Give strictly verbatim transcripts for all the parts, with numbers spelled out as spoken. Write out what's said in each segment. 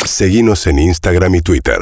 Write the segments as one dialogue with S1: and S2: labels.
S1: Seguinos en Instagram y Twitter.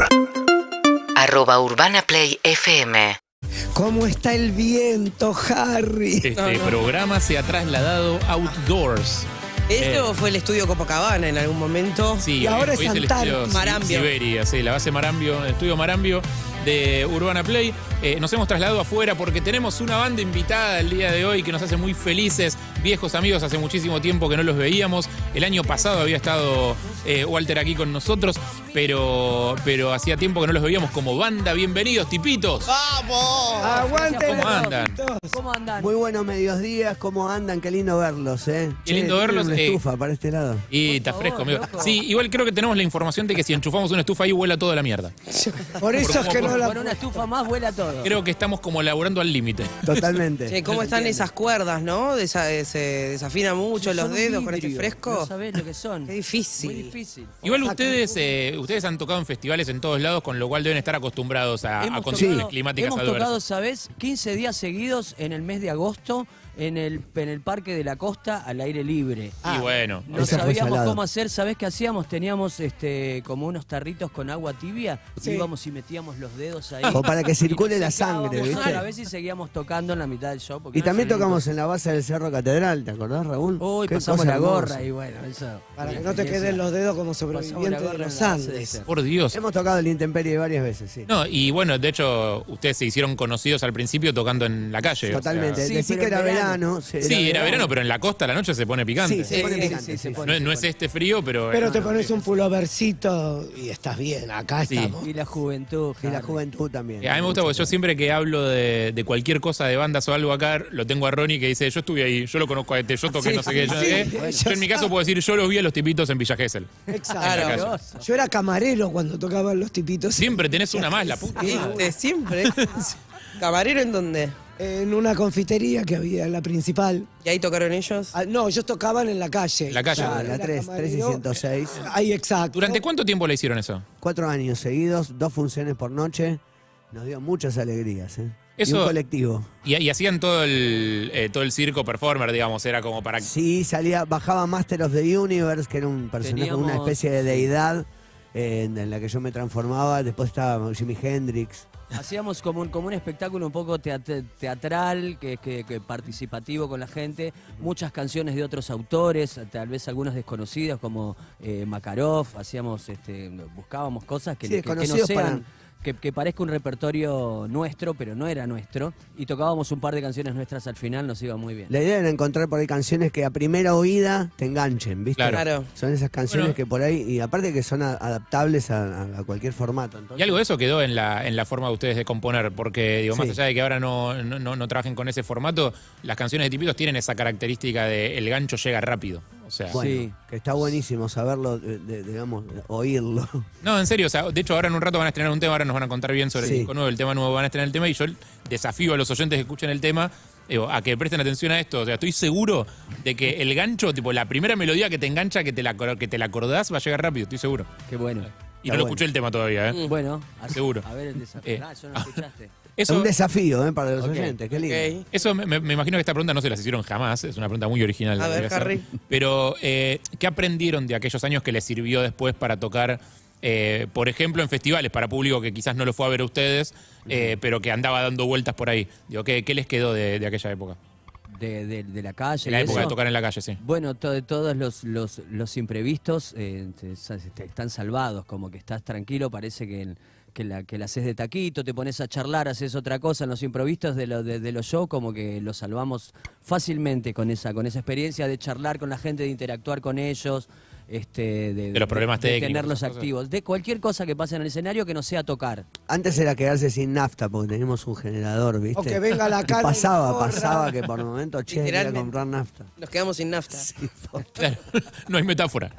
S2: Arroba Urbana Play F M.
S3: ¿Cómo está el viento, Harry?
S4: Este
S3: No, no.
S4: programa se ha trasladado outdoors.
S5: ¿Esto
S4: Eh.
S5: fue el estudio Copacabana en algún momento?
S4: Sí,
S3: Y ahora
S4: hoy
S3: es
S4: es el
S3: Santana,
S4: estudio Si-
S5: Marambio.
S4: Siberia, sí, la base Marambio, el estudio Marambio de Urbana Play. Eh, nos hemos trasladado afuera porque tenemos una banda invitada el día de hoy que nos hace muy felices. Viejos amigos, hace muchísimo tiempo que no los veíamos. El año pasado había estado eh, Walter aquí con nosotros, pero, pero hacía tiempo que no los veíamos como banda. Bienvenidos, tipitos.
S5: ¡Vamos!
S3: ¡Aguante!
S4: ¿Cómo andan?
S6: ¿Cómo andan?
S3: Muy buenos mediodías, ¿cómo andan? Qué lindo verlos, ¿eh?
S4: Qué lindo
S3: Che,
S4: verlos,
S3: tienen una
S4: eh.
S3: estufa para este lado.
S4: Y está
S6: favor,
S4: fresco, amigo.
S6: loco.
S4: Sí, igual creo que tenemos la información de que si enchufamos una estufa ahí huela toda la mierda.
S3: Por eso es que no la...
S6: Con una estufa más vuela todo.
S4: Creo que estamos como laburando al límite.
S3: Totalmente.
S5: Che, ¿cómo están esas cuerdas, no? Desa- se desafina mucho los
S6: Son un
S5: dedos con este
S6: vidrio.
S5: fresco.
S6: No sabés lo que son.
S5: Qué difícil.
S6: Muy difícil.
S4: Igual ustedes eh, ustedes han tocado en festivales en todos lados, con lo cual deben estar acostumbrados a, a
S6: Hemos
S4: condiciones
S6: tocado-
S4: climáticas
S6: Hemos
S4: adversas.
S6: tocado, ¿sabés? quince días seguidos en el mes de agosto en el, en el Parque de la Costa al aire libre.
S4: Y bueno,
S6: No
S3: Ese fue
S6: sabíamos
S3: salado.
S6: cómo hacer, ¿sabés qué hacíamos? Teníamos este como unos tarritos con agua tibia,
S3: Sí.
S6: íbamos y metíamos los dedos ahí.
S3: Como para que
S6: Y
S3: circule
S6: nos
S3: la
S6: secábamos
S3: sangre, ¿viste?
S6: A veces seguíamos tocando en la mitad del show. porque
S3: Y
S6: no
S3: también
S6: se-
S3: tocamos en la base del Cerro Catedral, ¿te acordás, Raúl?
S6: Uy,
S3: Qué
S6: pasamos
S3: cosa
S6: la
S3: hermosa.
S6: gorra y bueno, eso.
S7: Para que
S6: una
S7: no te
S6: experiencia.
S7: queden los dedos como
S6: Pasamos la
S7: sobrevivientes de
S6: gorra
S7: los
S6: en la base de
S7: Andes.
S6: esa.
S4: por Dios.
S3: Hemos tocado el Intemperie varias veces, sí.
S4: No, y bueno, de hecho, ustedes se hicieron conocidos al principio tocando en la calle. o sea,
S3: Totalmente.
S6: Sí,
S3: Decí
S6: pero
S3: que era
S6: en
S3: verano.
S6: verano.
S4: sí, era verano, pero en la costa la noche se pone picante.
S3: Sí, se
S6: Sí,
S3: pone
S6: sí,
S3: picante.
S6: sí,
S3: sí,
S6: se
S3: sí.
S6: pone.
S4: No, no es este frío, pero...
S7: Pero
S4: eh,
S7: te pones un pulovercito y estás bien. Acá
S4: Sí.
S7: estamos.
S6: Y la juventud.
S3: Y la
S6: Harry.
S3: juventud también.
S4: Eh, A mí me gusta porque yo siempre que hablo de, de cualquier cosa de bandas o algo acá, lo tengo a Ronnie que dice, yo estuve ahí, yo lo conozco a este, yo toqué
S6: Sí,
S4: no sé qué, yo no
S7: sí,
S4: sé qué. Yo en mi caso puedo decir, yo los vi a los tipitos en Villa Gesell.
S7: Exacto.
S5: Claro.
S7: Yo era camarero cuando tocaban los tipitos.
S4: Siempre tenés una más, la puta.
S5: ¿Viste? Siempre. ¿Camarero en dónde?
S7: En una confitería que había en la principal.
S5: ¿Y ahí tocaron ellos?
S7: Ah, no, ellos tocaban en la calle.
S4: En la calle.
S3: Ah,
S7: Yo
S3: la
S7: era
S3: tres, tres y
S7: camarero.
S3: ciento seis.
S7: Ahí, exacto.
S4: ¿Durante cuánto tiempo le hicieron eso?
S3: Cuatro años seguidos, dos funciones por noche. Nos dio muchas alegrías, ¿eh? Y
S4: Eso-
S3: un colectivo.
S4: Y, y hacían todo el, eh, todo el circo performer, digamos, era como para...
S3: Sí, salía, bajaba Master of the Universe, que era un personaje, una
S6: Teníamos-
S3: especie de deidad eh, en, en la que yo me transformaba. Después estaba Jimi Hendrix.
S6: Hacíamos como un, como un espectáculo un poco teat- teatral, que, que- que participativo con la gente, muchas canciones de otros autores, tal vez algunos desconocidos como eh, Makarov, hacíamos, este, buscábamos cosas que,
S3: Sí,
S6: que- que no
S3: desconocidos
S6: sean,
S3: para-
S6: que, que parezca un repertorio nuestro, pero no era nuestro, y tocábamos un par de canciones nuestras al final, nos iba muy bien.
S3: La idea era encontrar por ahí canciones que a primera oída te enganchen, ¿viste?
S4: Claro.
S5: Claro.
S3: Son esas canciones
S4: Bueno.
S3: que por ahí, y aparte que son a- adaptables a, a- a cualquier formato. Entonces,
S4: Y algo de eso quedó en la, en la forma de ustedes de componer, porque digo, más
S3: Sí.
S4: allá de que ahora no, no, no- no trabajen con ese formato, las canciones de tipitos tienen esa característica de el gancho llega rápido. O sea,
S3: bueno,
S6: Sí.
S3: que está buenísimo saberlo, de- de- digamos, oírlo.
S4: no, en serio, o sea, de hecho ahora en un rato van a estrenar un tema, ahora nos van a contar bien sobre
S3: Sí.
S4: el disco nuevo, el tema nuevo, van a estrenar el tema y yo desafío a los oyentes que escuchen el tema digo, a que presten atención a esto. O sea, estoy seguro de que el gancho, tipo la primera melodía que te engancha, que te la, que te la acordás, va a llegar rápido, estoy seguro.
S6: Qué bueno.
S4: Y
S3: Está
S4: no lo
S3: bueno.
S4: escuché el tema todavía, ¿eh?
S6: Bueno, a-
S4: Seguro.
S6: A ver el desafío.
S4: Eh,
S6: Ah, yo no lo escuchaste.
S3: Es
S4: Eso,
S3: un desafío ¿eh? para los
S6: Ok,
S3: oyentes, qué lindo.
S5: Ok.
S4: Eso me, me- me imagino que esta pregunta no se las hicieron jamás, es una pregunta muy original.
S5: A
S4: la
S5: ver,
S4: voy hacer.
S5: Harry.
S4: Pero, eh, ¿qué aprendieron de aquellos años que les sirvió después para tocar, eh, por ejemplo, en festivales para público que quizás no lo fue a ver a ustedes, eh, pero que andaba dando vueltas por ahí? Digo, ¿qué, qué les quedó de, de aquella época?
S6: De, de- de la calle.
S4: De la
S6: y
S4: época de
S6: eso.
S4: tocar en la calle, sí.
S6: Bueno, to- todos los, los, los imprevistos eh, te- te- están salvados, como que estás tranquilo, parece que, el- que, la, que la haces de taquito, te pones a charlar, haces otra cosa. En los imprevistos de, lo- de, de los shows, como que los salvamos fácilmente con esa, con esa experiencia de charlar con la gente, de interactuar con ellos. Este, de,
S4: De los problemas técnicos,
S6: tenerlos
S4: esas cosas.
S6: activos. De cualquier cosa que pase en el escenario que no sea tocar.
S3: Antes era quedarse sin nafta porque teníamos un generador, ¿viste?
S7: O que venga la
S3: Y
S7: cara y
S3: pasaba,
S7: corra.
S3: pasaba que por momentos, che, ir a
S5: Literalmente.
S3: comprar nafta.
S5: Nos quedamos sin nafta.
S4: Claro, no hay metáfora.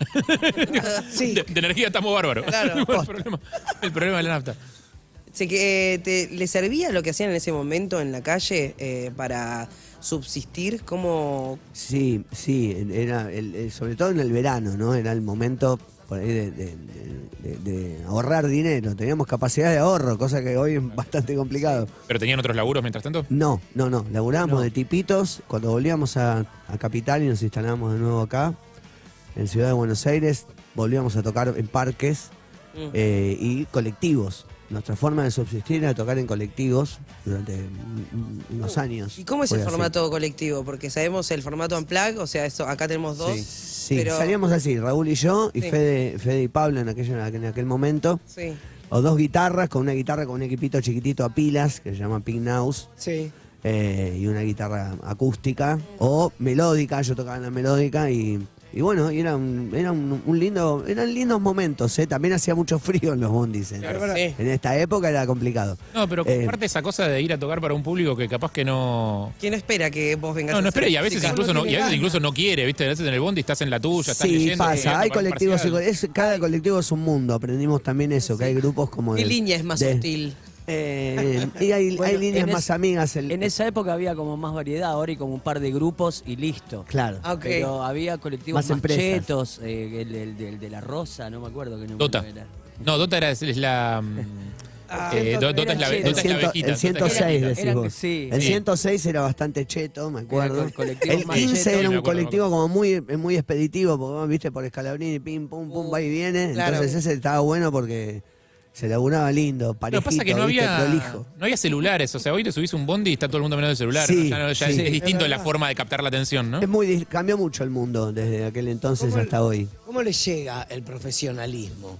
S7: Sí.
S4: De, de energía estamos bárbaros.
S5: Claro.
S4: el, problema, el problema de la nafta.
S5: Sé que, eh, te- ¿le servía lo que hacían en ese momento en la calle eh, para subsistir? ¿Cómo?
S3: Sí, sí, era el- el- sobre todo en el verano, ¿no? Era el momento por ahí de, de- de- de- de ahorrar dinero. Teníamos capacidad de ahorro, cosa que hoy es bastante complicado.
S4: ¿Pero tenían otros laburos mientras tanto?
S3: No, no, no. Laburábamos
S6: No.
S3: de tipitos. Cuando volvíamos a, a Capital y nos instalamos de nuevo acá, en Ciudad de Buenos Aires, volvíamos a tocar en parques
S5: Mm.
S3: eh, y colectivos. Nuestra forma de subsistir era tocar en colectivos durante un- unos años.
S5: ¿Y cómo es
S3: Fue
S5: el
S3: así.
S5: formato colectivo? Porque sabemos el formato Unplugged, o sea, eso, acá tenemos dos.
S3: Sí, sí,
S5: pero-
S3: salíamos así, Raúl y yo, y
S5: Sí.
S3: Fede, Fede y Pablo en, aquello, en aquel momento.
S5: Sí.
S3: O dos guitarras, con una guitarra con un equipito chiquitito a pilas, que se llama Pink Nose,
S7: Sí.
S3: eh, y una guitarra acústica, o melódica, yo tocaba en la melódica, y, y bueno, y era un, era un, un lindo, eran lindos momentos, ¿eh? También hacía mucho frío en los bondis. ¿eh?
S5: Claro, sí.
S3: En esta época era complicado.
S4: No, pero
S3: Eh,
S4: aparte esa cosa de ir a tocar para un público que capaz que no.
S5: ¿Quién espera que vos vengas
S4: No,
S5: a
S4: no
S5: hacer
S4: espera, y a veces
S5: música?
S4: incluso no, y a veces
S7: ganas.
S4: incluso no quiere, ¿viste? A veces en el bondi estás en la tuya, estás
S3: Sí,
S4: leyendo.
S3: pasa,
S4: estudiando
S3: hay
S4: para un
S3: colectivos, y
S4: parcial.
S3: co- es- cada colectivo es un mundo, aprendimos también eso, que hay grupos como
S5: ¿Qué
S3: de-
S5: línea es más
S3: de-
S5: hostil?
S3: Eh, y hay,
S6: Bueno,
S3: hay líneas
S6: en es-
S3: más amigas. el-
S6: En esa época había como más variedad, ahora hay como un par de grupos y listo.
S3: Claro.
S5: Ah, ok.
S6: Pero había colectivos
S3: Más
S6: más,
S3: empresas.
S6: chetos, eh, el, el- el de la Rosa, no me acuerdo qué nombre
S4: Dota.
S6: era.
S4: No, Dota era, es, es la. mm,
S5: Ah,
S4: eh, Do- Dota es la,
S6: el
S3: El,
S4: Dota es la
S3: ciento-
S4: abejita.
S3: el ciento seis,
S6: Era-
S3: decís
S6: era que
S3: vos.
S6: sí.
S3: El
S4: Sí.
S3: ciento seis era bastante cheto, me acuerdo.
S6: el colectivo
S3: El
S6: más
S3: quince
S6: cheto.
S3: era
S4: Sí, me
S3: un
S4: acuerdo,
S3: colectivo
S4: me
S3: como muy, muy expeditivo, porque vos viste por Scalabrini, pim, pum, pum,
S5: Uh,
S3: va y viene.
S5: claro.
S3: Entonces ese estaba bueno porque se laburaba lindo,
S4: Lo
S3: parejito,
S4: que pasa es que no
S3: ¿viste?
S4: había,
S3: prolijo.
S4: no había celulares, o sea, hoy te subís un bondi y está todo el mundo mirando el celular.
S3: Sí,
S4: ¿no? Ya, no- ya
S3: sí.
S4: es, es
S3: Es
S4: distinto la
S7: verdad.
S4: forma de captar la atención, ¿no?
S3: Es muy, dis- cambió mucho el mundo desde aquel entonces
S7: ¿Cómo-
S3: hasta hoy.
S7: ¿Cómo le llega el profesionalismo?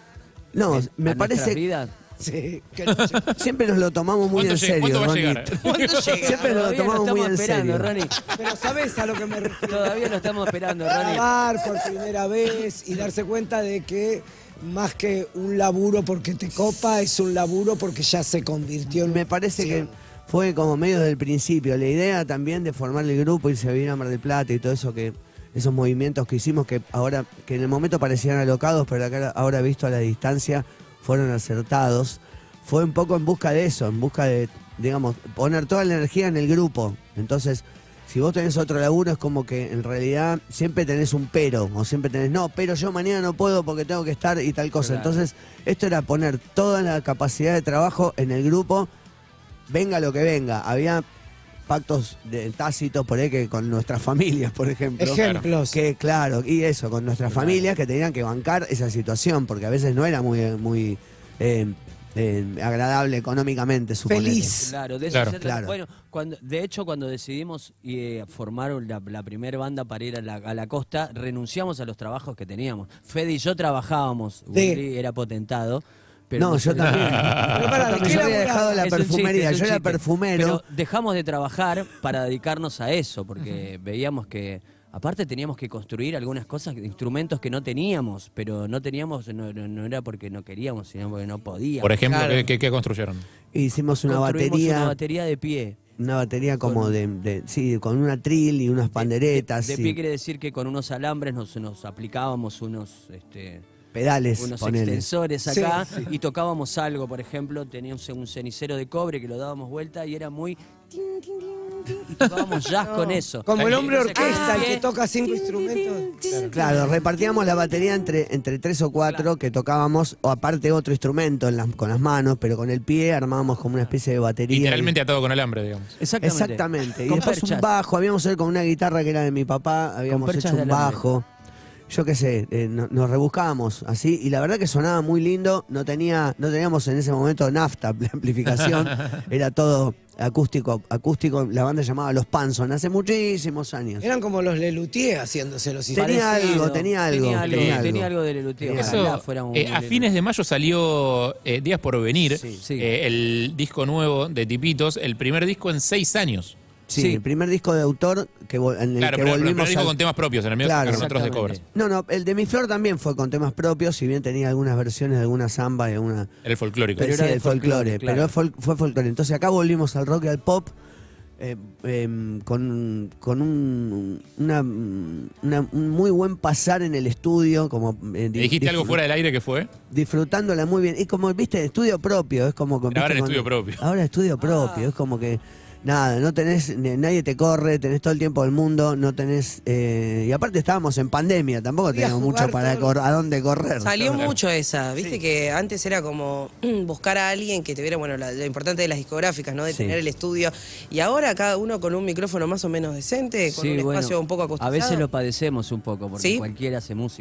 S3: No,
S6: En-
S3: me
S6: a nuestras
S3: parece
S6: vidas.
S7: Sí, que no llega.
S3: siempre nos lo tomamos muy
S4: ¿Cuánto
S3: en
S4: llega-
S3: serio,
S4: ¿Cuánto va a
S3: Ronnie.
S4: llegar?
S5: ¿Cuándo llega?
S3: Siempre nos lo
S6: Todavía
S3: tomamos muy en
S6: esperando,
S3: serio.
S6: Ronnie.
S7: Pero ¿sabes a lo que me refiero?
S6: Todavía lo estamos esperando, Ronnie.
S7: Grabar por primera vez y darse cuenta de que más que un laburo porque te copa, es un laburo porque ya se convirtió en
S3: Me parece que fue como medio del principio. La idea también de formar el grupo, irse a vivir a Mar del Plata y todo eso, que esos movimientos que hicimos, que ahora, que en el momento parecían alocados, pero acá- ahora visto a la distancia, fueron acertados. Fue un poco en busca de eso, en busca de, digamos, poner toda la energía en el grupo. Entonces, si vos tenés otro laburo, es como que en realidad siempre tenés un pero, o siempre tenés, no, pero yo mañana no puedo porque tengo que estar y tal cosa.
S6: Claro.
S3: Entonces, esto era poner toda la capacidad de trabajo en el grupo, venga lo que venga. Había pactos de tácitos por ahí que con nuestras familias, por ejemplo.
S7: ejemplos.
S3: Que claro, y eso, con nuestras familias que tenían que bancar esa situación, porque a veces no era muy, muy eh, eh, agradable económicamente, suponete.
S7: Feliz.
S6: Claro, de eso
S4: Claro.
S6: se trata.
S3: Claro.
S6: Bueno, cuando, de hecho, cuando decidimos eh, formar la, la primera banda para ir a la, a la costa, renunciamos a los trabajos que teníamos. Fede y yo trabajábamos, Willy era potentado. Pero
S3: No, yo también.
S7: Pero pará, ¿de
S3: Yo
S7: qué
S3: había
S7: laburaba?
S3: dejado la
S6: Es un chiste,
S3: perfumería,
S6: es un
S3: yo era
S6: chiste.
S3: perfumero.
S6: Pero dejamos de trabajar para dedicarnos a eso, porque veíamos que, aparte teníamos que construir algunas cosas, instrumentos que no teníamos, pero no teníamos, no, no- no era porque no queríamos, sino porque no podíamos.
S4: Por ejemplo,
S5: Claro.
S4: ¿qué, qué- qué construyeron?
S3: Hicimos una
S6: Construimos
S3: batería,
S6: una batería de pie.
S3: una batería como de, de- sí, con una tril y unas panderetas,
S6: De
S3: sí,
S6: pie quiere decir que con unos alambres nos, nos aplicábamos unos... Este,
S3: pedales,
S6: unos
S3: ponele.
S6: extensores acá
S7: Sí, sí.
S6: y tocábamos algo, por ejemplo, teníamos un cenicero de cobre que lo dábamos vuelta y era muy... tin, tin, tin, tin, y tocábamos jazz con eso.
S7: Como el hombre
S6: Entonces,
S7: orquesta, el
S6: ah,
S7: que toca cinco instrumentos.
S3: Claro, repartíamos la batería entre, entre tres o cuatro que tocábamos, o aparte otro instrumento en las- con las manos, pero con el pie armábamos como una especie de batería.
S4: Literalmente atado con alambre, digamos.
S6: Exactamente.
S3: Exactamente. Y
S6: Con
S3: después un
S6: perchas.
S3: bajo, habíamos hecho con una guitarra que era de mi papá, habíamos
S6: perchas
S3: hecho
S6: de
S3: un
S6: alambre.
S3: bajo. Yo qué sé, eh, no- nos rebuscábamos así, y la verdad que sonaba muy lindo, no tenía, no teníamos en ese momento nafta, la amplificación, era todo acústico, acústico, la banda se llamaba Los Panson, hace muchísimos años.
S7: Eran como los Lelutier haciéndose los
S3: Tenía
S7: instrumentos.
S3: algo, tenía algo,
S6: Tenía algo,
S3: tenía algo.
S6: tenía algo de Lelutier.
S3: Tenía
S6: Ojalá
S4: Eso,
S6: fuera un
S4: eh, a
S6: Lelutier.
S4: fines de mayo salió eh, Días por Venir,
S3: Sí.
S6: Sí.
S4: eh, el disco nuevo de Tipitos, el primer disco en seis años.
S3: Sí,
S6: Sí.
S3: el primer disco de autor que, vol- en el
S4: Claro,
S3: que
S4: pero, pero el
S3: volvimos
S4: primer disco
S3: al-
S4: con temas propios, en el mío
S3: Claro.
S4: sacaron otros de
S6: Exactamente.
S4: covers.
S3: No, no, el de Mi Flor también fue con temas propios, si bien tenía algunas versiones de alguna samba y alguna...
S4: Era el folclórico.
S3: Pero
S6: era
S3: sí,
S6: de
S3: el folclore,
S6: folclore, claro.
S3: pero fue, fue folclore. Entonces acá volvimos al rock y al pop eh, eh, con, con un, una, una- un muy buen pasar en el estudio, como eh,
S4: ¿Me
S3: di-
S4: dijiste algo
S3: disfr-
S4: fuera del aire que fue?
S3: disfrutándola muy bien. Y como viste, estudio propio, es como que,
S4: Pero ahora
S3: viste,
S4: en estudio propio.
S3: Ahora estudio propio, es como que nada, no tenés, ni- nadie te corre, tenés todo el tiempo del mundo, no tenés, eh, y aparte estábamos en pandemia, tampoco
S7: Podías
S3: teníamos mucho
S7: jugar
S3: para
S7: todo.
S3: cor- a dónde correr.
S5: Salió
S4: Claro.
S5: mucho esa, viste que antes era como buscar a alguien que tuviera, bueno, la- lo importante de las discográficas, ¿no? De
S3: Sí.
S5: tener el estudio. Y ahora cada uno con un micrófono más o menos decente, con
S6: Sí,
S5: un
S6: bueno,
S5: espacio un poco acostumbrado.
S6: a veces lo padecemos un poco, porque
S5: ¿Sí?
S6: cualquiera hace música.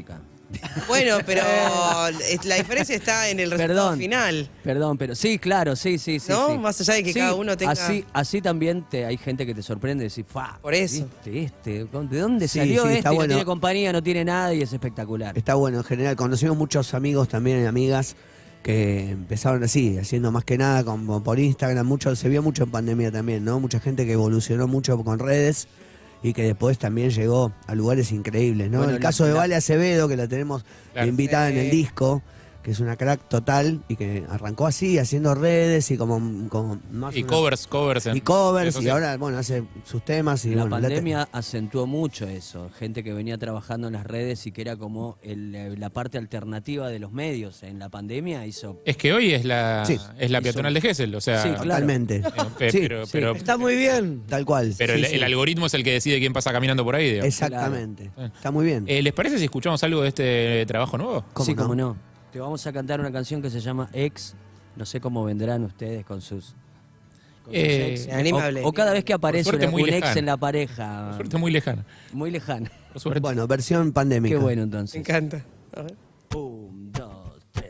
S5: Bueno, pero la diferencia está en el resultado
S6: Perdón,
S5: final.
S6: Perdón, pero sí, claro, sí, sí, sí.
S5: ¿No?
S6: sí.
S5: Más allá de que
S6: Sí,
S5: cada uno tenga...
S6: Así, así también te, hay gente que te sorprende y decís, ¡fa!
S5: Por eso.
S6: ¿Viste este? ¿De dónde
S3: Sí,
S6: salió
S3: sí,
S6: este?
S3: está
S6: Que
S3: bueno.
S6: No tiene compañía, no tiene nada y es espectacular.
S3: Está bueno, en general. Conocimos muchos amigos también y amigas que empezaron así, haciendo más que nada como por Instagram. Mucho, se vio mucho en pandemia también, ¿no? Mucha gente que evolucionó mucho con redes y que después también llegó a lugares increíbles, ¿no?
S6: Bueno,
S3: el
S6: la-
S3: caso de
S6: la-
S3: Vale Acevedo, que la tenemos
S4: Claro.
S3: invitada en
S5: Sí.
S3: el disco, que es una crack total y que arrancó así, haciendo redes y como, como más
S4: Y
S3: una-
S4: covers, covers. en-
S3: y covers,
S4: eso
S3: y
S4: sí.
S3: ahora, bueno, hace sus temas. Y
S6: La
S3: bueno, la te-
S6: pandemia acentuó mucho eso. Gente que venía trabajando en las redes y que era como el- la parte alternativa de los medios. En la pandemia hizo...
S4: Es que hoy es la,
S3: Sí.
S4: es la
S6: Hizo-
S4: peatonal de Gesell, o sea,
S6: Sí, claro.
S3: Totalmente.
S4: eh, pe-
S3: Sí,
S4: pero,
S6: sí.
S4: pero,
S7: Está muy bien.
S3: Tal cual.
S4: pero
S3: Sí,
S4: el,
S3: sí.
S4: el algoritmo es el que decide quién pasa caminando por ahí. digo.
S3: Exactamente.
S4: Claro.
S3: Está muy bien.
S4: Eh, ¿Les parece si escuchamos algo de este trabajo nuevo?
S3: ¿Cómo
S6: sí,
S3: no?
S6: cómo no. Te vamos a cantar una canción que se llama Ex. No sé cómo vendrán ustedes con sus... con sus
S4: Eh,
S6: ex.
S5: Animable.
S6: O, o cada vez que aparece
S4: suerte,
S6: una-
S4: muy
S6: un ex
S4: lejano.
S6: en la pareja.
S4: Suerte muy lejana.
S6: Muy lejana.
S4: Por suerte.
S3: Bueno, versión pandémica.
S6: Qué bueno
S5: Me
S6: entonces.
S5: encanta. A ver.
S6: Un, dos, tres.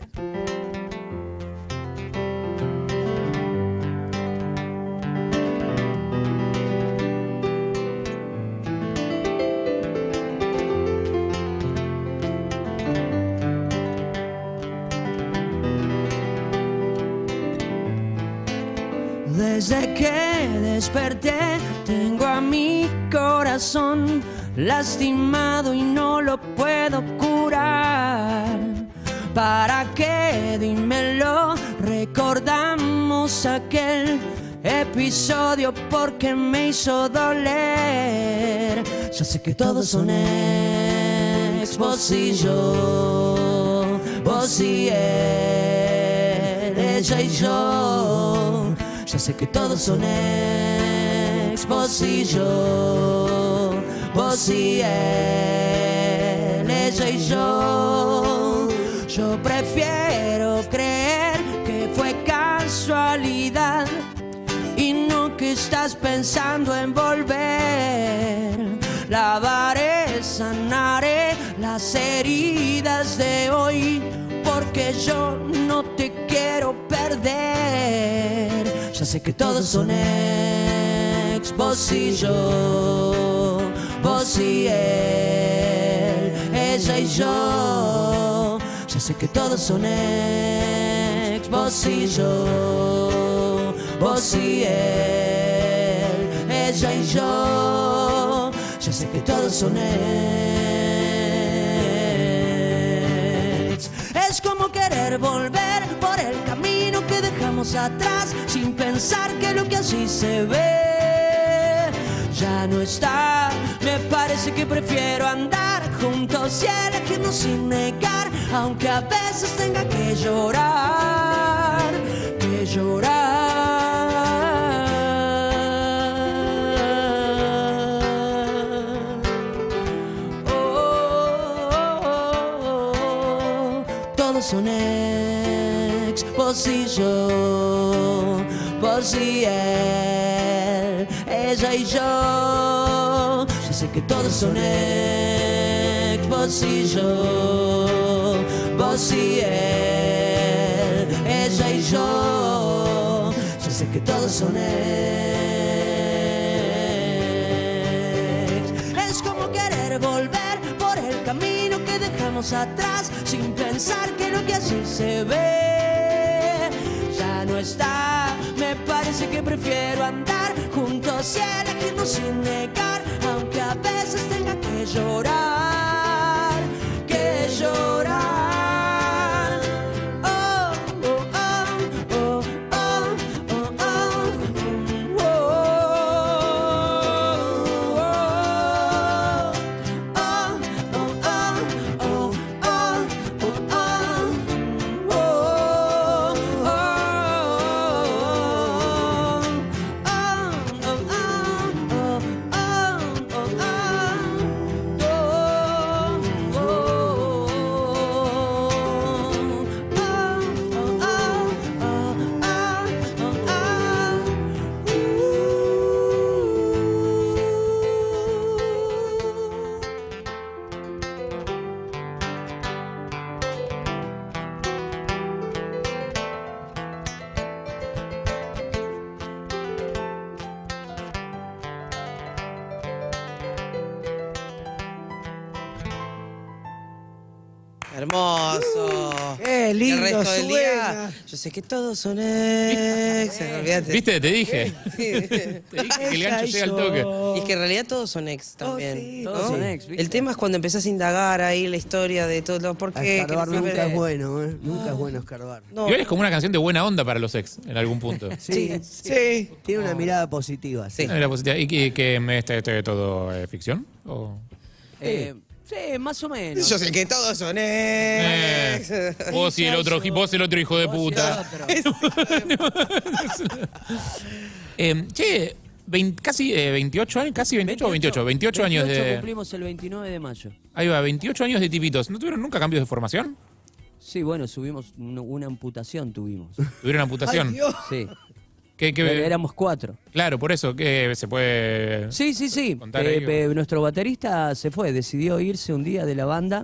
S6: Desde que desperté tengo a mi corazón lastimado y no lo puedo curar. ¿Para qué? Dímelo, recordamos aquel episodio porque me hizo doler. Ya sé que todos son ex, vos y yo, vos y él, ella y yo. Ya sé que todos son ex, vos y yo, vos y él, ella y yo. Yo prefiero creer que fue casualidad y no que estás pensando en volver. Lavaré, sanaré las heridas de hoy porque yo no te quiero perder. Ya sé que todos son ex, vos y yo, vos y él, ella y yo. Ya sé que todos son ex, vos y yo, vos y él, ella y yo. Ya sé que todos son ex. Es como querer volver por el camino que dejamos atrás sin pensar que lo que allí se ve ya no está. Me parece que prefiero andar juntos y elegirnos sin negar, aunque a veces tenga que llorar, que llorar. Oh, oh, oh, todos son ex, vos y yo, vos y él, ella y yo. Yo sé que todos son ex, vos y yo, vos y él, ella y yo. Yo sé que todos son ex. Es como querer volver por el camino que dejamos atrás sin pensar que lo que allí se ve ya no está. Me parece que prefiero andar juntos y elegirnos sin negar, aunque a veces tenga que llorar, que llorar. Oh, oh, oh, oh, oh, oh, oh, oh,
S5: Hermoso.
S7: Qué lindo
S5: El resto del
S7: suena.
S5: día, yo sé que todos son ex. Olvídate.
S4: ¿Viste? Te dije.
S5: Sí.
S4: Te dije que el
S7: Ella
S4: gancho
S7: y
S4: llega al
S7: yo.
S4: toque.
S5: Y es que en realidad todos son ex también.
S7: sí,
S5: ¿no?
S6: todos son ex, ¿viste?
S5: El tema es cuando empezás a indagar ahí la historia de todo lo por
S3: A
S5: qué.
S3: escarbar
S5: querés
S3: nunca
S5: saber.
S3: es bueno, ¿eh? Nunca es bueno escarbar.
S5: No.
S4: Igual es como una canción de buena onda para los ex, en algún punto.
S3: Sí,
S7: Sí.
S3: tiene una mirada positiva. Sí.
S5: Sí.
S4: Era positiva. ¿Y que, que me- este, este todo eh, ficción? ¿O?
S6: Eh, sí, más o menos.
S5: Yo sé que todos son
S4: Eh,
S5: ex.
S4: vos y el otro, vos y el otro hijo de puta. Eh, che, vein- casi eh, veintiocho años, casi veintiocho o veintiocho, veintiocho años de...
S6: cumplimos el veintinueve de mayo.
S4: Ahí va, veintiocho años de tipitos. ¿No tuvieron nunca cambios de formación?
S6: Sí, bueno, subimos un- una amputación tuvimos.
S4: ¿Tuvieron amputación?
S7: Ay, Dios.
S6: Sí.
S4: ¿Qué- qué-
S6: Pero éramos cuatro.
S4: Claro, por eso, que se puede...
S6: Sí, sí, sí.
S4: Contar
S6: Eh,
S4: ahí,
S6: eh, nuestro baterista se fue, decidió irse un día de la banda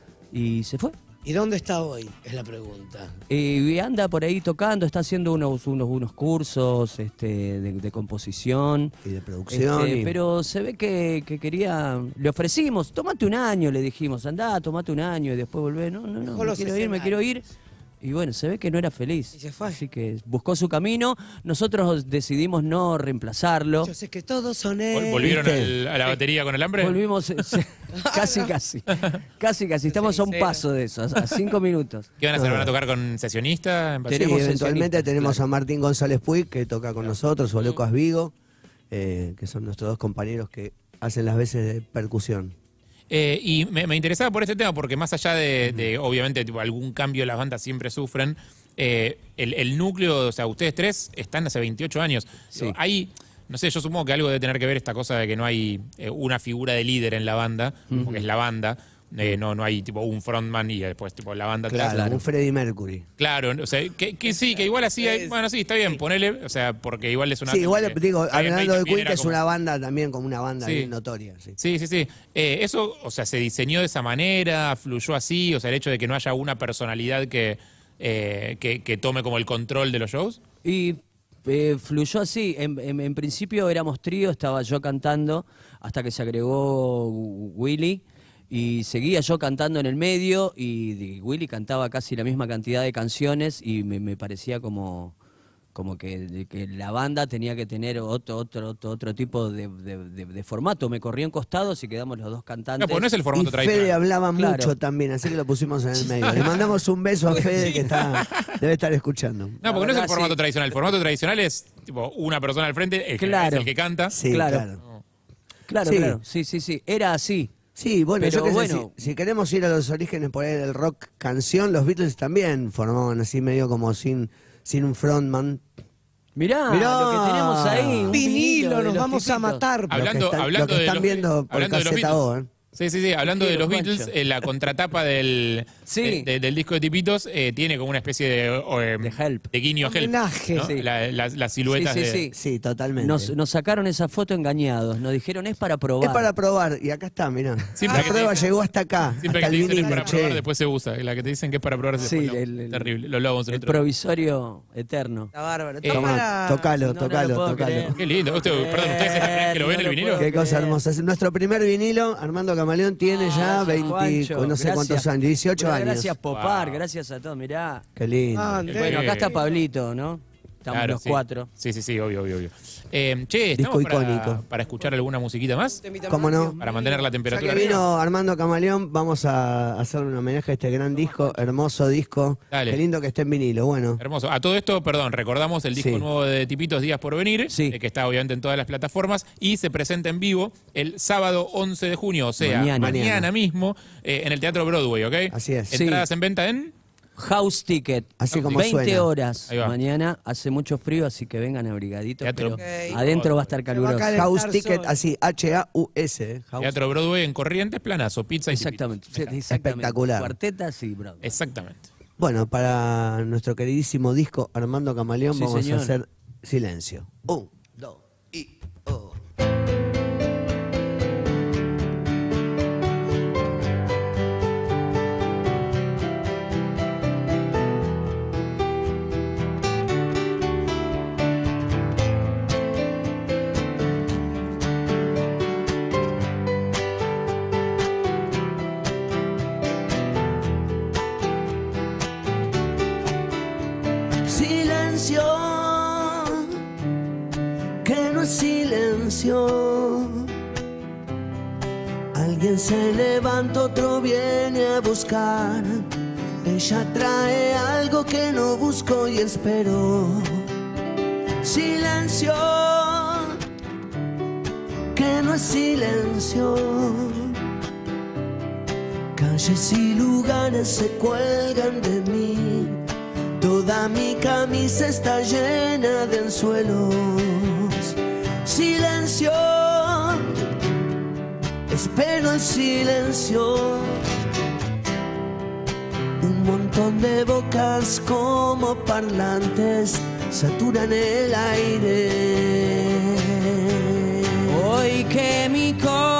S6: y se fue.
S7: ¿Y dónde está hoy? Es la pregunta.
S6: Y anda por ahí tocando, está haciendo unos, unos, unos cursos este, de, de composición.
S3: Y de producción.
S6: Este,
S3: y-
S6: pero se ve que, que quería, le ofrecimos, tomate un año, le dijimos, andá, tomate un año y después volvé. No, no, no,
S7: Dejó
S6: me
S7: los
S6: quiero ir, me
S7: escenarios.
S6: quiero ir. Y bueno, se ve que no era feliz.
S5: Y se fue.
S6: Así que buscó su camino. Nosotros decidimos no reemplazarlo.
S7: Yo sé que todos son
S4: Vol-
S7: ex.
S4: ¿Volvieron
S3: ¿viste?
S4: al- a la batería con el hambre?
S6: Volvimos, eh, se- casi, casi. Casi, casi. Estamos a un paso de eso, a a cinco minutos.
S4: ¿Qué van a hacer? ¿Van a tocar con sesionista? En
S3: Sí,
S6: Tenemos
S3: eventualmente
S6: sesionistas,
S3: tenemos
S6: claro.
S3: a Martín González Puig, que toca con nosotros, o Lucas Vigo, eh, que son nuestros dos compañeros que hacen las veces de percusión.
S4: Eh, y me, me interesaba por este tema, porque más allá de, de, obviamente, tipo, algún cambio las bandas siempre sufren, eh, el, el núcleo, o sea, ustedes tres están hace veintiocho años.
S6: Sí.
S4: Digo, hay, no sé, yo supongo que algo debe tener que ver esta cosa de que no hay eh, una figura de líder en la banda, porque es la banda. Eh, no, no hay tipo un frontman y después tipo la banda atrás.
S3: Claro, un Freddie Mercury.
S4: Claro, o sea, que, que sí, que igual así hay, bueno, sí, está bien, ponele, o sea, porque igual es una...
S3: Sí, igual
S4: que-
S3: digo,
S4: está bien,
S3: hablando de
S4: también
S3: Queen,
S4: era
S3: que es
S4: como-
S3: una banda también como una banda
S4: Sí.
S3: bien notoria. Sí.
S4: Sí, sí, sí. Eh, eso, o sea, se diseñó de esa manera, fluyó así, o sea, el hecho de que no haya una personalidad que, eh, que, que tome como el control de los shows.
S6: Y eh, fluyó así. En, en- en principio éramos trío, estaba yo cantando, hasta que se agregó Willy. Y seguía yo cantando en el medio y, y Willy cantaba casi la misma cantidad de canciones y me, me parecía como, como que, de que la banda tenía que tener otro, otro, otro, otro tipo de, de- de- de formato. Me corrió en costados y quedamos los dos cantantes.
S4: No, pues no es el
S3: Y
S4: formato
S3: Fede
S4: tradicional.
S3: hablaba
S6: Claro.
S3: mucho también, así que lo pusimos en el medio. Le mandamos un beso a Fede, que está debe estar escuchando.
S4: No, porque no es
S6: verdad,
S4: el formato
S6: sí.
S4: tradicional. El formato tradicional es tipo una persona al frente, el que,
S6: Claro.
S4: es el que canta.
S3: Sí,
S6: Claro.
S3: claro.
S6: Claro,
S3: Sí.
S6: claro. Sí, sí, sí. Era así.
S3: Sí, bueno,
S6: Pero
S3: yo qué sé,
S6: bueno.
S3: si, si queremos ir a los orígenes por ahí del rock canción, los Beatles también formaban así medio como sin, sin un frontman.
S6: Mirá,
S3: Mirá.
S6: lo que tenemos ahí. Un
S7: Vinilo,
S6: de
S7: nos
S6: los
S7: vamos a
S6: Tipitos.
S7: matar.
S3: Lo que
S4: Hablando,
S3: están-
S4: hablando
S3: lo que
S4: de
S3: están
S4: los,
S3: viendo por
S4: hablando de los
S3: caseta O,
S4: Beatles.
S3: ¿eh?
S4: Sí, sí, sí. Hablando de
S6: Quiero,
S4: los Beatles,
S6: Pancho.
S4: en la contratapa del,
S6: Sí.
S4: de- de- del disco de Tipitos eh, tiene como una especie de, o, eh,
S6: De Help.
S4: de guiño a Help.
S7: Homenaje.
S4: ¿no?
S6: Sí.
S4: La- las, las siluetas
S6: Sí, sí,
S4: de...
S6: sí.
S3: Sí, totalmente.
S6: Nos, nos sacaron esa foto engañados. Nos dijeron es para probar.
S3: Es para probar, y acá está, mirá.
S4: Siempre
S3: La
S4: que te
S3: prueba
S4: dicen-
S3: llegó hasta acá,
S4: Siempre
S3: hasta
S4: que te
S3: el
S4: dicen es
S3: vinilo,
S4: para probar,
S3: che.
S4: después se usa. La que te dicen que es para probar,
S6: Sí,
S4: después no.
S6: el- el-
S4: Terrible. Lo hablábamos el
S6: El
S4: otro día.
S6: provisorio eterno.
S5: Está bárbaro.
S4: Eh,
S3: Toma,
S5: Tómala.
S3: tocalo,
S6: No, no
S3: tocalo,
S6: lo puedo
S3: tocalo.
S6: creer.
S4: Qué lindo. Usted, perdón, ¿ustedes es la primera vez que lo ven
S6: No
S4: el
S6: lo
S4: vinilo?
S6: puedo
S3: Qué cosa
S6: creer.
S3: hermosa. Es nuestro primer vinilo, Armando Camaleón tiene ya
S6: Gracias,
S3: veinte,
S6: Juancho.
S3: no sé
S6: Gracias.
S3: cuántos años, dieciocho
S6: Pero
S3: años.
S6: Gracias, Popar.
S4: Wow.
S6: Gracias a todos. Mirá.
S3: Qué lindo.
S7: Ah, Andrés.
S6: Bueno, acá está
S4: Eh,
S6: Pablito, ¿no? Estamos
S4: Claro,
S6: los
S4: sí.
S6: cuatro.
S4: Sí, sí, sí, obvio, obvio, obvio. Eh, che,
S3: Disco
S4: ¿estamos para,
S3: icónico.
S4: para escuchar alguna musiquita más?
S3: ¿Cómo no?
S4: Para mantener la
S3: Ya
S4: temperatura
S3: que
S4: arriba.
S3: vino Armando Camaleón, vamos a hacerle un homenaje a este gran disco, hermoso disco.
S4: Dale.
S3: Qué lindo que esté en vinilo. Bueno,
S4: Hermoso. A todo esto, perdón, recordamos el disco
S3: Sí.
S4: nuevo de Tipitos Días por Venir,
S6: Sí.
S4: eh, que está obviamente en todas las plataformas, y se presenta en vivo el sábado once de junio, o sea, mañana,
S6: Mañana.
S4: mismo, eh, en el Teatro Broadway, ¿ok?
S3: Así es.
S4: Entradas en venta en...
S6: House Ticket.
S3: Así como
S6: veinte
S3: suena.
S6: horas
S4: Ahí va.
S6: mañana. Hace mucho frío, así que vengan abrigaditos.
S4: Teatro.
S6: Pero
S5: Ok.
S6: adentro va a estar
S7: va a
S6: caluroso.
S7: caer.
S3: House
S7: Calentar
S3: Ticket,
S7: sol.
S3: así, H A U S. eh, House.
S4: Teatro Broadway en Corrientes, planazo, pizza y
S6: Exactamente.
S4: Tipitos.
S6: sí, exactamente.
S3: Espectacular.
S6: Cuartetas y bro.
S4: Exactamente.
S3: Bueno, para nuestro queridísimo disco Armando Camaleón
S6: Sí,
S3: vamos
S6: señor.
S3: a hacer silencio. Un, dos y oh. Silencio, que no es silencio. Alguien se levanta, otro viene a buscar. Ella trae algo que no busco y espero. Silencio, que no es silencio. Calles y lugares se cuelgan de mí. Toda mi camisa está llena de anzuelos. Silencio, espero el silencio. Un montón de bocas como parlantes saturan el aire.
S6: Hoy que mi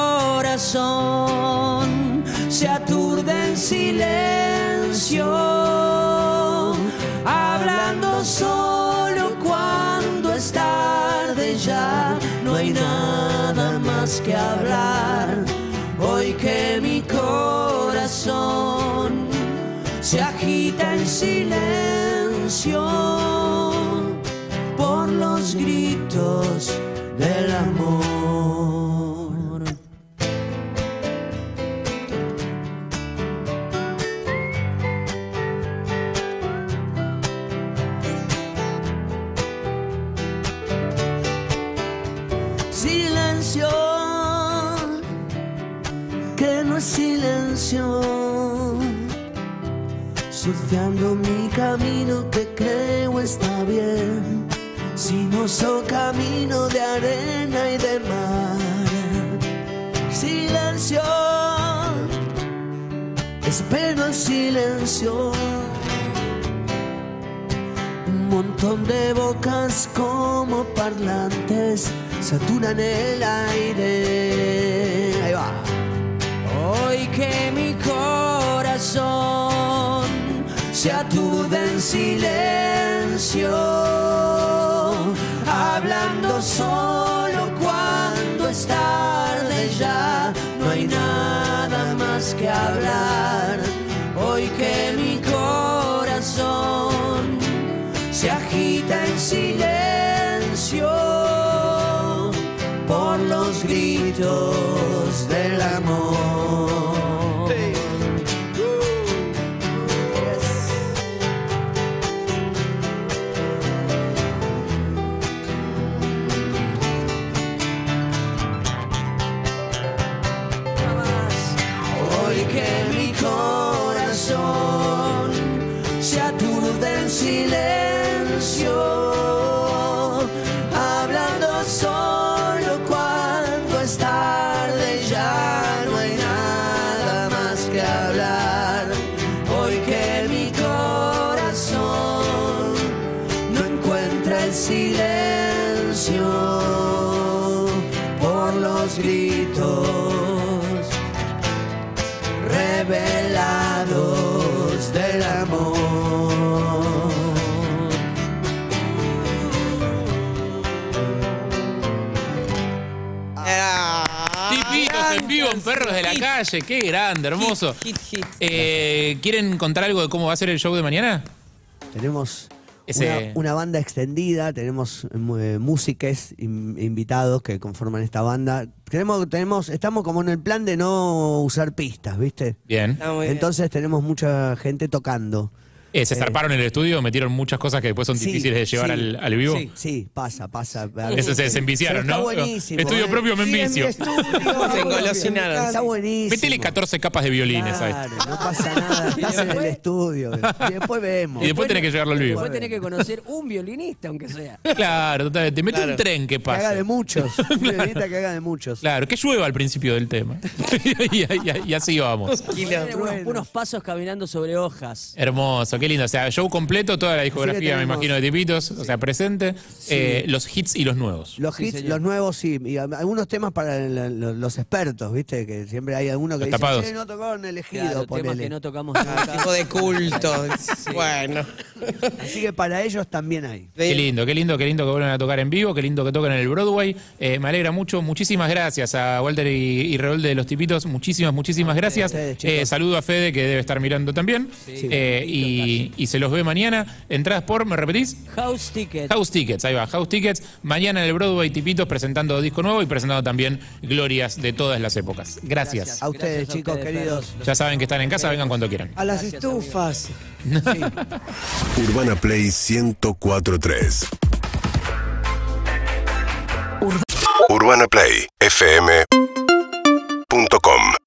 S6: corazón se aturde en silencio, hablando solo cuando es tarde, ya no hay nada más que hablar. Hoy que mi corazón se agita en silencio por los gritos del amor. Silencio, que no es silencio. Surfeando mi camino que creo está bien. Sinuoso camino de arena y de mar. Silencio, espero el silencio. Un montón de bocas como parlantes saturan el aire. Ahí va. Hoy que mi corazón se aturde en silencio, hablando solo cuando es tarde, ya no hay nada más que hablar. Hoy que mi corazón se agita en silencio por los gritos del amor. Se aturde en silencio, hablando solo cuando es tarde, ya no hay nada más que hablar. Hoy que mi corazón no encuentra el silencio por los gritos revelados del amor.
S4: Tipitos en vivo en Perros de la Calle, qué grande, hermoso.
S5: Hit, hit, hit.
S4: Eh, ¿Quieren contar algo de cómo va a ser el show de mañana?
S3: Tenemos
S4: Ese-
S3: una, una banda extendida, tenemos eh, músicos in- invitados que conforman esta banda. Tenemos, tenemos, estamos como en el plan de no usar pistas, ¿viste?
S4: Bien.
S5: Está muy bien.
S3: Entonces tenemos mucha gente tocando.
S4: Eh, se zarparon en el estudio, metieron muchas cosas que después son
S3: Sí,
S4: difíciles de llevar
S3: sí,
S4: al, al vivo.
S3: Sí, sí, pasa, pasa.
S4: Eso se, se enviciaron,
S3: Pero
S4: ¿no?
S3: está buenísimo,
S4: Estudio
S3: ¿eh?
S4: propio me
S7: Sí, en mi
S4: envicio.
S7: estudio,
S5: Se engolosinaron.
S3: Está buenísimo.
S4: Métele catorce capas de violines a esto.
S3: Claro, no pasa nada, estás en el estudio. Y después vemos.
S4: Y después tenés que llevarlo al vivo.
S6: Después tenés que conocer un violinista, aunque sea.
S4: Claro, totalmente. Mete
S5: Claro.
S4: un tren que
S3: Que haga de
S4: pase.
S3: muchos. Un violinista que haga de muchos.
S4: Claro, que llueva al principio del tema. y, y- y así vamos.
S6: Unos, unos pasos caminando sobre hojas.
S4: Hermoso, qué lindo. O sea, show completo, toda la discografía, me
S3: tenemos-
S4: imagino, de Tipitos, o sea, presente. Eh, los hits y los nuevos.
S3: Los
S6: Sí,
S3: hits,
S6: señor.
S3: los nuevos, sí. Y a- algunos temas para la- la- los expertos, ¿viste? Que siempre hay algunos que
S4: Los
S3: dicen,
S4: tapados.
S3: "Che, no tocaron elegido,
S6: Claro, temas
S3: ponele".
S6: que no tocamos
S5: Ah,
S6: nunca.
S5: tipo de culto. Bueno.
S3: Así que para ellos también hay.
S4: Qué lindo, qué lindo, qué lindo que vuelvan a tocar en vivo, qué lindo que toquen en el Broadway. Eh, me alegra mucho. Muchísimas gracias a Walter y, y Revolde de los Tipitos. Muchísimas, muchísimas gracias.
S3: ustedes, chicos.
S4: Eh, saludo a Fede, que debe estar mirando también.
S3: Sí.
S4: Eh, y y, y se los ve mañana. Entradas por, ¿me repetís?
S6: House Ticket.
S4: House Tickets, ahí va, House Tickets. Mañana en el Broadway Tipitos presentando disco nuevo y presentando también glorias de todas las épocas. Gracias.
S6: Gracias.
S3: A ustedes,
S6: Gracias a
S3: chicos
S6: ustedes,
S3: queridos.
S6: perros.
S4: Ya saben que están en casa, vengan cuando quieran.
S7: A las
S6: Gracias,
S7: estufas.
S1: Urbana Play ciento cuatro punto tres. Urbana Play F M punto com